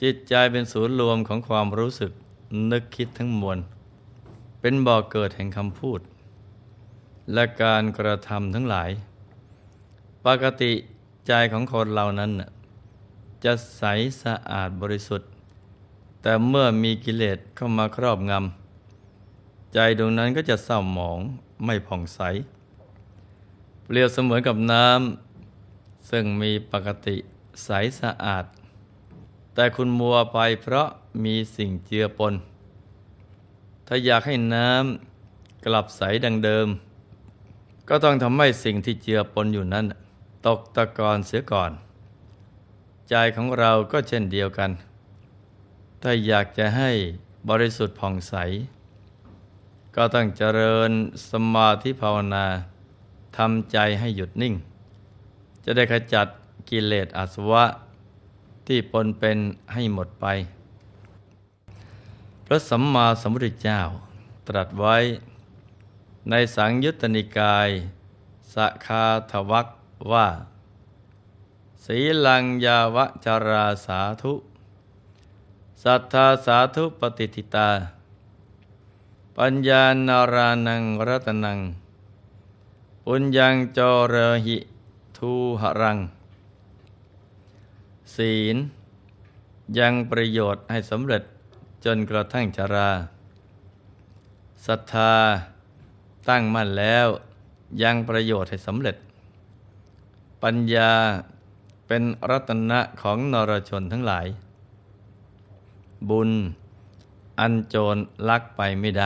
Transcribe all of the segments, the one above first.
จิตใจเป็นศูนย์รวมของความรู้สึกนึกคิดทั้งมวลเป็นบ่อเกิดแห่งคำพูดและการกระทำทั้งหลายปกติใจของคนเรานั้นจะใสสะอาดบริสุทธิ์แต่เมื่อมีกิเลสเข้ามาครอบงำใจดวงนั้นก็จะเศร้าหมองไม่ผ่องใสเปรียบเสมือนกับน้ำซึ่งมีปกติใสสะอาดแต่คุณมัวไปเพราะมีสิ่งเจือปนถ้าอยากให้น้ำกลับใสดังเดิมก็ต้องทำให้สิ่งที่เจือปนอยู่นั้นตกตะกอนเสียก่อนใจของเราก็เช่นเดียวกันถ้าอยากจะให้บริสุทธิ์ผ่องใสก็ต้องเจริญสมาธิภาวนาทำใจให้หยุดนิ่งจะได้ขจัดกิเลสอาสวะที่ปนเป็นให้หมดไปพระสัมมาสัมพุทธเจ้าตรัสไว้ในสังยุตตนิกายสคาทวรรคว่าสีลังยาวจาราสาธุสัทธาสาธุปฏิทิตาปัญญานารานังรัตนังปุญญังโจเรหิทูหรังศีลยังประโยชน์ให้สำเร็จจนกระทั่งชราศรัทธาตั้งมั่นแล้วยังประโยชน์ให้สำเร็จปัญญาเป็นรัตนะของนรชนทั้งหลายบุญอันโจรลักไปไม่ได้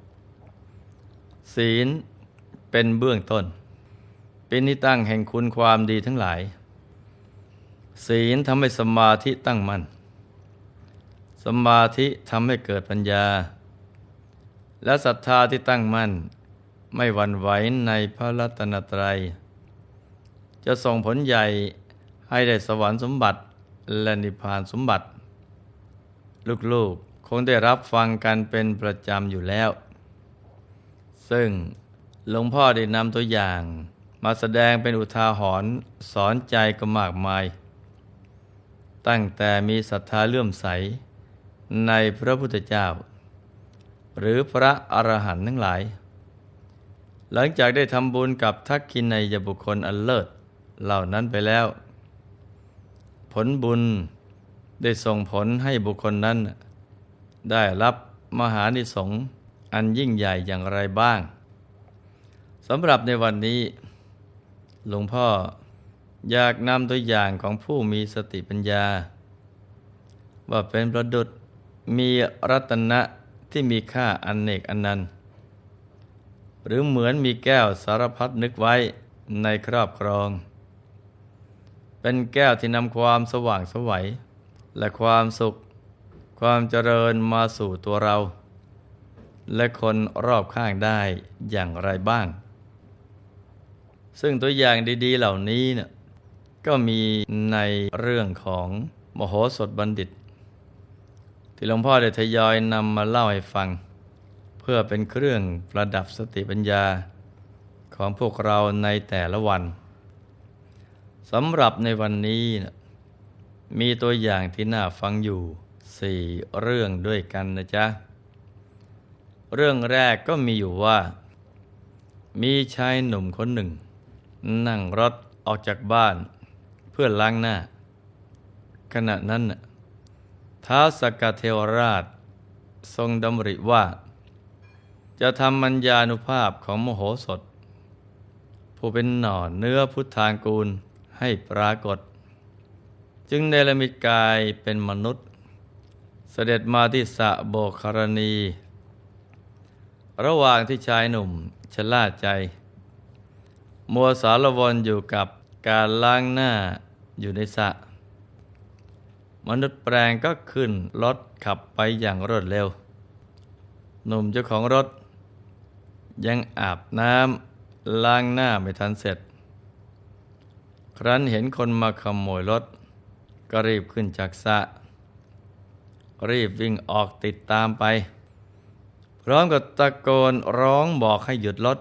ศีลเป็นเบื้องต้นเป็นที่ตั้งแห่งคุณความดีทั้งหลายศีลทำให้สมาธิตั้งมั่นสมาธิทำให้เกิดปัญญาและศรัทธาที่ตั้งมั่นไม่หวั่นไหวในพระรัตนตรัยจะส่งผลใหญ่ให้ได้สวรรค์สมบัติและนิพพานสมบัติลูกๆคงได้รับฟังกันเป็นประจำอยู่แล้วซึ่งหลวงพ่อได้นำตัวอย่างมาแสดงเป็นอุทาหรณ์สอนใจก็มากมายตั้งแต่มีศรัทธาเลื่อมใสในพระพุทธเจ้าหรือพระอรหันต์ทั้งหลายหลังจากได้ทำบุญกับทักขินัยบุคคลอันเลิศเหล่านั้นไปแล้วผลบุญได้ส่งผลให้บุคคลนั้นได้รับมหานิสงส์อันยิ่งใหญ่อย่างไรบ้างสำหรับในวันนี้หลวงพ่ออยากนำตัวอย่างของผู้มีสติปัญญาว่าเป็นประดุจมีรัตนะที่มีค่าอันเนกอันนันต์หรือเหมือนมีแก้วสารพัดนึกไว้ในครอบครองเป็นแก้วที่นำความสว่างไสวและความสุขความเจริญมาสู่ตัวเราและคนรอบข้างได้อย่างไรบ้างซึ่งตัวอย่างดีๆเหล่านี้เนี่ยก็มีในเรื่องของมโหสถบัณฑิตที่หลวงพ่อได้ทยอยนำมาเล่าให้ฟังเพื่อเป็นเครื่องประดับสติปัญญาของพวกเราในแต่ละวันสำหรับในวันนี้นะมีตัวอย่างที่น่าฟังอยู่4เรื่องด้วยกันนะจ๊ะเรื่องแรกก็มีอยู่ว่ามีชายหนุ่มคนหนึ่งนั่งรถออกจากบ้านเพื่อล้างหน้าขณะนั้นท้าวสักกะเทวราชทรงดำริว่าจะทำมัญญานุภาพของมโหสถผู้เป็นหน่อเนื้อพุทธางกูลให้ปรากฏจึงเนรมิตกายเป็นมนุษย์เสด็จมาที่สระโบกคารณีระหว่างที่ชายหนุ่มชะล่าใจมัวสารวนอยู่กับการล้างหน้าอยู่ในสระมนุษย์แปลงก็ขึ้นรถขับไปอย่างรวดเร็วหนุ่มเจ้าของรถยังอาบน้ำล้างหน้าไม่ทันเสร็จครั้นเห็นคนมาขโมยรถก็รีบขึ้นจากสระรีบวิ่งออกติดตามไปพร้อมกับตะโกนร้องบอกให้หยุดรถ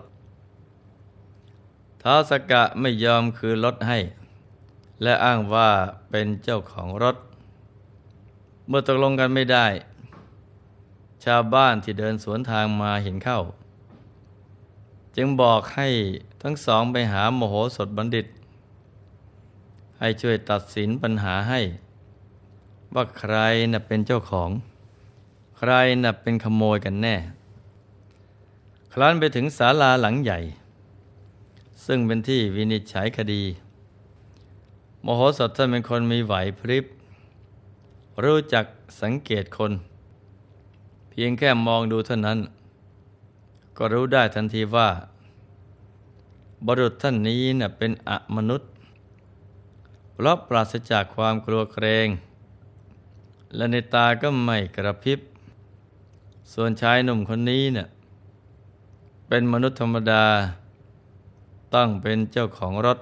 ท้าวสักกะไม่ยอมคืนรถให้และอ้างว่าเป็นเจ้าของรถเมื่อตกลงกันไม่ได้ชาวบ้านที่เดินสวนทางมาเห็นเข้าจึงบอกให้ทั้งสองไปหามโหสถบัณฑิตให้ช่วยตัดสินปัญหาให้ว่าใครน่ะเป็นเจ้าของใครน่ะเป็นขโมยกันแน่ครั้นไปถึงศาลาหลังใหญ่ซึ่งเป็นที่วินิจฉัยคดีมโหสถท่านเป็นคนมีไหวพริบรู้จักสังเกตคนเพียงแค่มองดูเท่านั้นก็รู้ได้ทันทีว่าบุรุษท่านนี้น่ะเป็นอมนุษย์เพราะปราศจากความกลัวเกรงและในตาก็ไม่กระพริบส่วนชายหนุ่มคนนี้น่ะเป็นมนุษย์ธรรมดาต้องเป็นเจ้าของรถ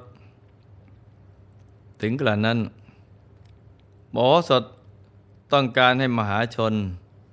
ถึงกระนั้นมโหสถต้องการให้มหาชน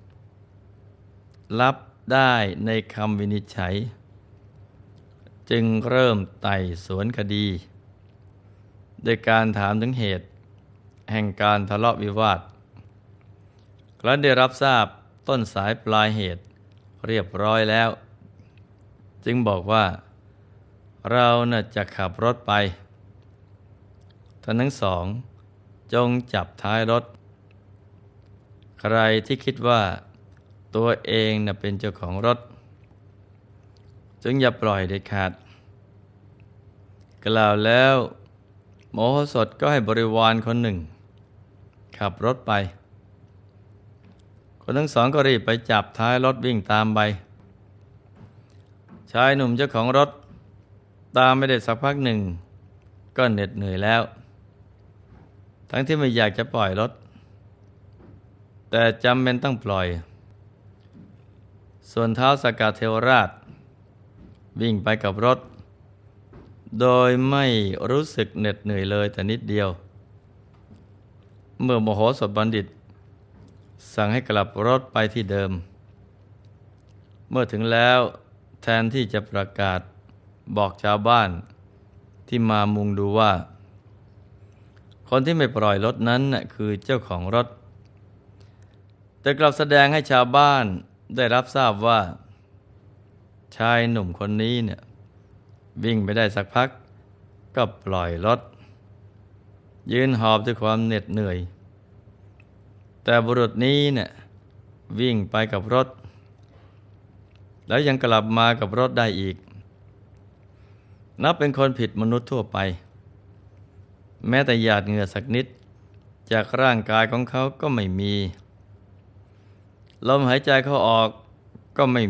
รับได้ในคำวินิจฉัยจึงเริ่มไต่สวนคดีโดยการถามถึงเหตุแห่งการทะเลาะวิวาทครั้นได้รับทราบต้นสายปลายเหตุเรียบร้อยแล้วจึงบอกว่าเราน่ะจะขับรถไปท่านทั้งสองจงจับท้ายรถใครที่คิดว่าตัวเองน่ะเป็นเจ้าของรถจึงอย่าปล่อยเด็ดขาดกล่าวแล้วโมโหสถก็ให้บริวารคนหนึ่งขับรถไปคนทั้งสองก็รีบไปจับท้ายรถวิ่งตามไปชายหนุ่มเจ้าของรถตามไม่ได้สักพักหนึ่งก็เหน็ดเหนื่อยแล้วทั้งที่ไม่อยากจะปล่อยรถแต่จำเป็นต้องปล่อยส่วนท้าวสักกะเทวราชวิ่งไปกับรถโดยไม่รู้สึกเหน็ดเหนื่อยเลยแต่นิดเดียวเมื่อมโหสถบัณฑิตสั่งให้กลับรถไปที่เดิมเมื่อถึงแล้วแทนที่จะประกาศบอกชาวบ้านที่มามุงดูว่าคนที่ไม่ปล่อยรถนั้นน่ะคือเจ้าของรถแต่กลับแสดงให้ชาวบ้านได้รับทราบว่าชายหนุ่มคนนี้เนี่ยวิ่งไปได้สักพักก็ปล่อยรถยืนหอบด้วยความเหน็ดเหนื่อยแต่บุรุษนี้เนี่ยวิ่งไปกับรถแล้วยังกลับมากับรถได้อีกนับเป็นคนผิดมนุษย์ทั่วไปแม้แต่หยาดเหงื่อสักนิดจากร่างกายของเขาก็ไม่มีลมหายใจเข้าออกก็ไม่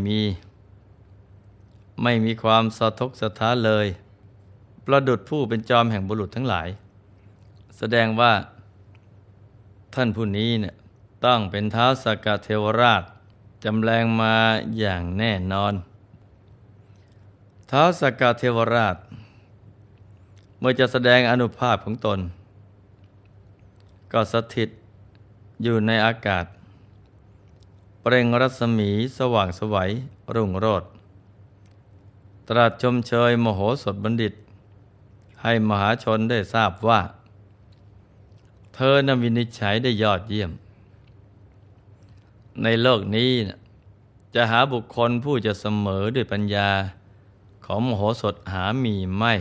มีความสะทกสะท้านเลยประดุจผู้เป็นจอมแห่งบุรุษทั้งหลายแสดงว่าท่านผู้นี้เนี่ยต้องเป็นท้าวสักกะเทวราชจำแรงมาอย่างแน่นอนท้าวสักกะเทวราชเมื่อจะแสดงอานุภาพของตนก็สถิตอยู่ในอากาศเปล่งรัศมีสว่างไสวรุ่งโรจน์ตรัสชมเชยมโหสถบัณฑิตให้มหาชนได้ทราบว่าเธอนำวินิจฉัยได้ยอดเยี่ยมในโลกนี้จะหาบุคคลผู้จะเสมอด้วยปัญญาของมโหสถหามีไม่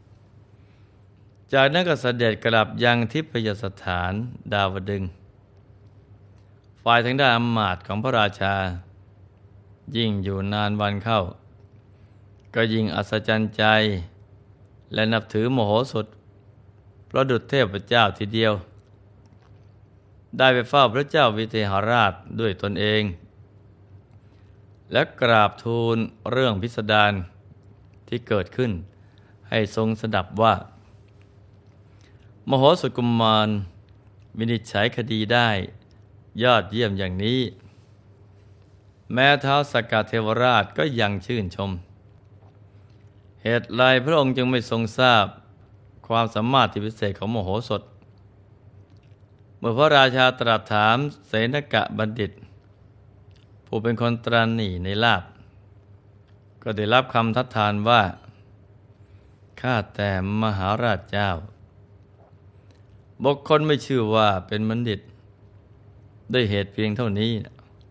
จากนั้นก็เสด็จกลับยังทิพยสถานดาวดึงส์ฝ่ายทางด้านอำมาตย์ของพระราชายิ่งอยู่นานวันเข้าก็ยิ่งอัศจรรย์ใจและนับถือมโหสถประดุจเทพเจ้าทีเดียวได้ไปเฝ้าพระเจ้าวิเทหราชด้วยตนเองและกราบทูลเรื่องพิสดารที่เกิดขึ้นให้ทรงสดับว่ามโหสถกุมารวินิจฉัยคดีได้ยอดเยี่ยมอย่างนี้แม้ท้าวสักกะเทวราชก็ยังชื่นชมเหตุไรพระองค์จึงไม่ทรงทราบความสามารถที่พิเศษของมโหสถเมื่อพระราชาตรัสถามเสนกะบัณฑิตผู้เป็นคนตระหนี่ในลาภก็ได้รับคำทัดทานว่าข้าแต่มหาราชเจ้าบุคคลไม่ชื่อว่าเป็นบัณฑิตด้วยเหตุเพียงเท่านี้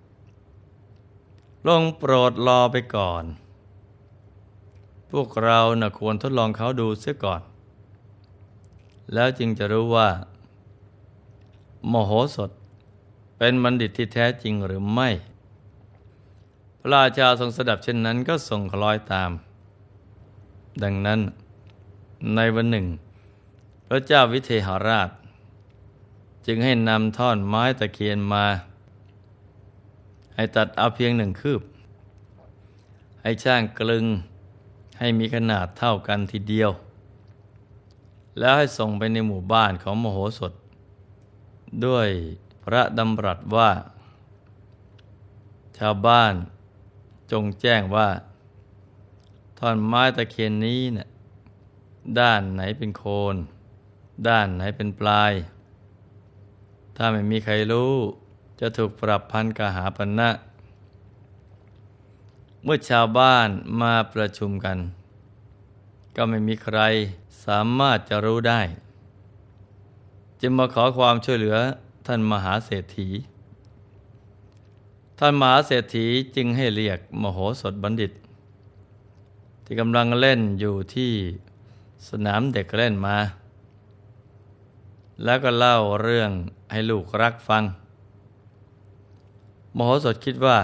ลงโปรดรอไปก่อนพวกเราควรทดลองเขาดูเสียก่อนแล้วจึงจะรู้ว่ามโหสถเป็นบัณฑิตที่แท้จริงหรือไม่พระราชาทรงสดับเช่นนั้นก็ทรงคล้อยตามดังนั้นในวันหนึ่งพระเจ้าวิเทหราชจึงให้นำท่อนไม้ตะเคียนมาให้ตัดเอาเพียง1 คืบให้ช่างกลึงให้มีขนาดเท่ากันทีเดียวแล้วให้ส่งไปในหมู่บ้านของมโหสถด้วยพระดำรัสว่าชาวบ้านจงแจ้งว่าท่อนไม้ตะเคียนนี้ด้านไหนเป็นโคนด้านไหนเป็นปลายถ้าไม่มีใครรู้จะถูกปรับพันกหาปณะเมื่อชาวบ้านมาประชุมกันก็ไม่มีใครสามารถจะรู้ได้จึงมาขอความช่วยเหลือท่านมหาเศรษฐีท่านมหาเศรษฐีจึงให้เรียกมโหสถบัณฑิตที่กำลังเล่นอยู่ที่สนามเด็กเล่นมาแล้วก็เล่าเรื่องให้ลูกรักฟังมโหสถคิดว่า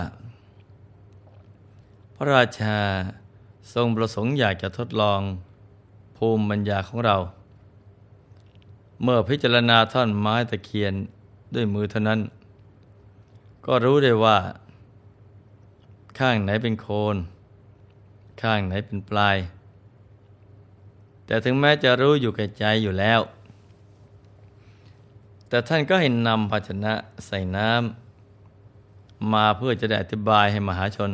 พระราชาทรงประสงค์อยากจะทดลองภูมิปัญญาของเราเมื่อพิจารณาท่อนไม้ตะเคียนด้วยมือเท่านั้นก็รู้ได้ว่าข้างไหนเป็นโคนข้างไหนเป็นปลายแต่ถึงแม้จะรู้อยู่แก่ใจอยู่แล้วแต่ท่านก็ให้นำภาชนะใส่น้ำมาเพื่อจะได้อธิบายให้มหาชน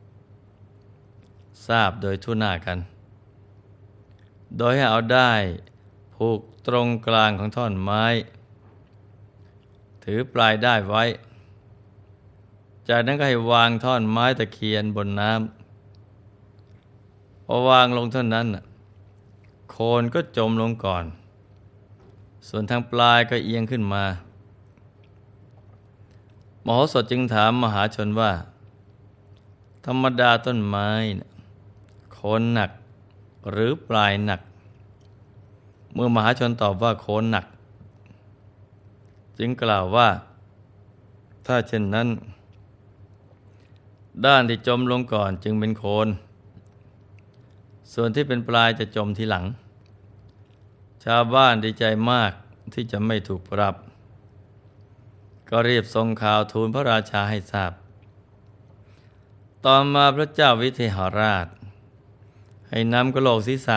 ทราบโดยทั่วหน้ากันโดยให้เอาได้ผูกตรงกลางของท่อนไม้ถือปลายได้ไว้จากนั้นก็ให้วางท่อนไม้ตะเคียนบนน้ำพอวางลงเท่านั้นโคนก็จมลงก่อนส่วนทางปลายก็เอียงขึ้นมามโหสถจึงถามมหาชนว่าธรรมดาต้นไม้โคนหนักหรือปลายหนักเมื่อมหาชนตอบว่าโคนหนักจึงกล่าวว่าถ้าเช่นนั้นด้านที่จมลงก่อนจึงเป็นโคนส่วนที่เป็นปลายจะจมทีหลังชาวบ้านดีใจมากที่จะไม่ถูกปรับก็รีบส่งข่าวทูลพระราชาให้ทราบต่อมาพระเจ้าวิเทหราชให้นำกะโหลกศีรษะ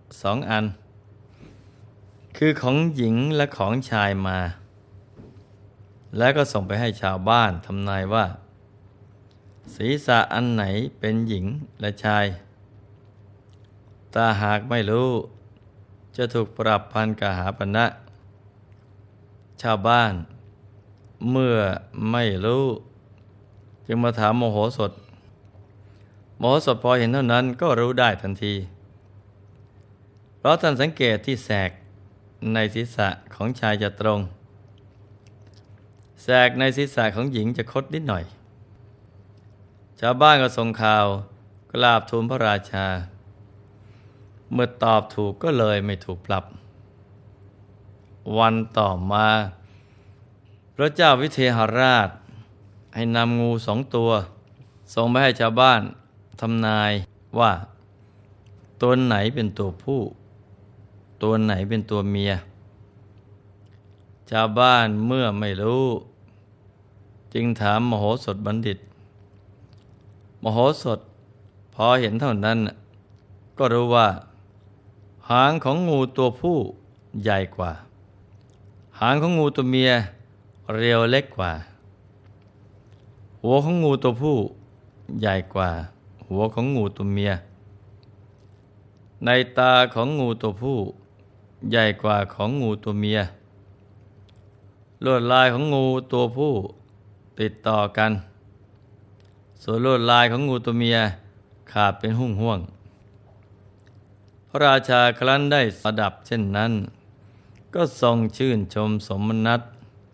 2 อันคือของหญิงและของชายมาแล้วก็ส่งไปให้ชาวบ้านทำนายว่าศีรษะอันไหนเป็นหญิงและชายถ้าหากไม่รู้จะถูกปรับพันกหาปณะชาวบ้านเมื่อไม่รู้จึงมาถามโมโหสถโมโหสถพอเห็นเท่านั้นก็รู้ได้ทันทีเพราะท่านสังเกตที่แสกในศีรษะของชายจะตรงแสกในศีรษะของหญิงจะคดนิดหน่อยชาวบ้านก็ส่งข่าวกราบทูลพระราชาเมื่อตอบถูกก็เลยไม่ถูกปรับวันต่อมาพระเจ้าวิเทหราชให้นำงู2 ตัวส่งไปให้ชาวบ้านทำนายว่าตัวไหนเป็นตัวผู้ตัวไหนเป็นตัวเมียชาวบ้านเมื่อไม่รู้จึงถามมโหสถบัณฑิตมโหสถพอเห็นเท่านั้นก็รู้ว่าหางของงูตัวผู้ใหญ่กว่าหางของงูตัวเมียเรียวเล็กกว่าหัวของงูตัวผู้ใหญ่กว่าหัวของงูตัวเมียในตาของงูตัวผู้ใหญ่กว่าของงูตัวเมียลวดลายของงูตัวผู้ติดต่อกันส่วนลวดลายของงูตัวเมียขาดเป็นห่วงพระราชาครั้นได้สดับเช่นนั้นก็ทรงชื่นชมสมนัส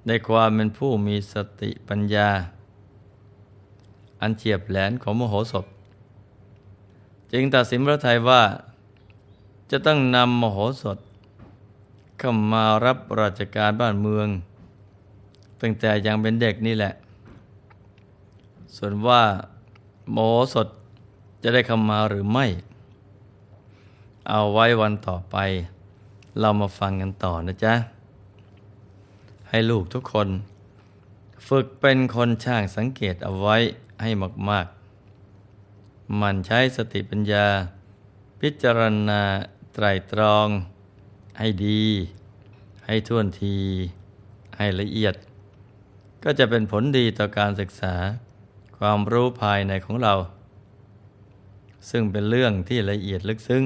ในความเป็นผู้มีสติปัญญาอันเฉียบแหลมของมโหสถจึงตัดสินพระทัยว่าจะต้องนำมโหสถเข้ามารับราชการบ้านเมืองตั้งแต่ยังเป็นเด็กนี่แหละส่วนว่ามโหสถจะได้เข้ามาหรือไม่เอาไว้วันต่อไปเรามาฟังกันต่อนะจ๊ะให้ลูกทุกคนฝึกเป็นคนช่างสังเกตเอาไว้ให้มากๆมันใช้สติปัญญาพิจารณาไตร่ตรองให้ดีให้ท่วนทีให้ละเอียดก็จะเป็นผลดีต่อการศึกษาความรู้ภายในของเราซึ่งเป็นเรื่องที่ละเอียดลึกซึ้ง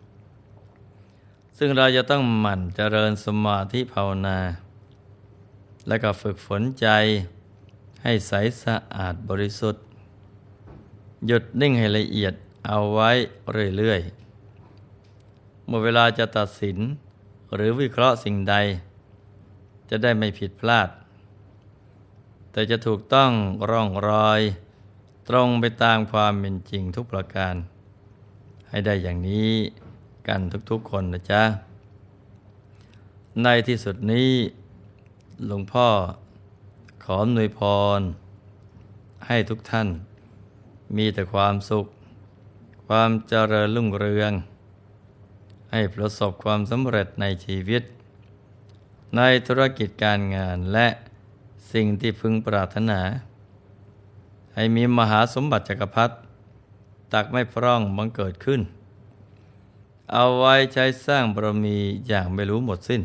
ซึ่งเราจะต้องหมั่นเจริญสมาธิภาวนาและก็ฝึกฝนใจให้ใสสะอาดบริสุทธิ์หยุดนิ่งให้ละเอียดเอาไว้เรื่อยๆเมื่อเวลาจะตัดสินหรือวิเคราะห์สิ่งใดจะได้ไม่ผิดพลาดแต่จะถูกต้องร่องรอยตรงไปตามความเป็นจริงทุกประการให้ได้อย่างนี้กันทุกๆคนนะจ๊ะในที่สุดนี้หลวงพ่อขออำนวยพรให้ทุกท่านมีแต่ความสุขความเจริญรุ่งเรืองให้ประสบความสำเร็จในชีวิตในธุรกิจการงานและสิ่งที่พึงปรารถนาให้มีมหาสมบัติจักรพรรดิตักไม่พร่องบังเกิดขึ้นเอาไว้ใช้สร้างบารมีอย่างไม่รู้หมดสิ้น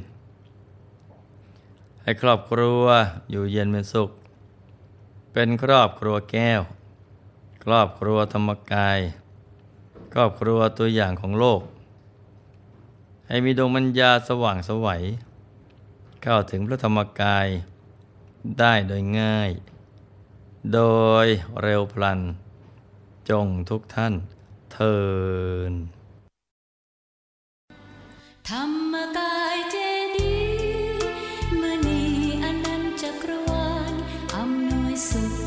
ให้ครอบครัวอยู่เย็นเป็นสุขเป็นครอบครัวแก้วครอบครัวธรรมกายครอบครัวตัวอย่างของโลกให้มีดวงปัญญาสว่างไสวเข้าถึงพระธรรมกายได้โดยง่ายโดยเร็วพลันจงทุกท่านเทอญธรรมกายเจดีย์มณีอนันต์จักรวาลอำนวยสุข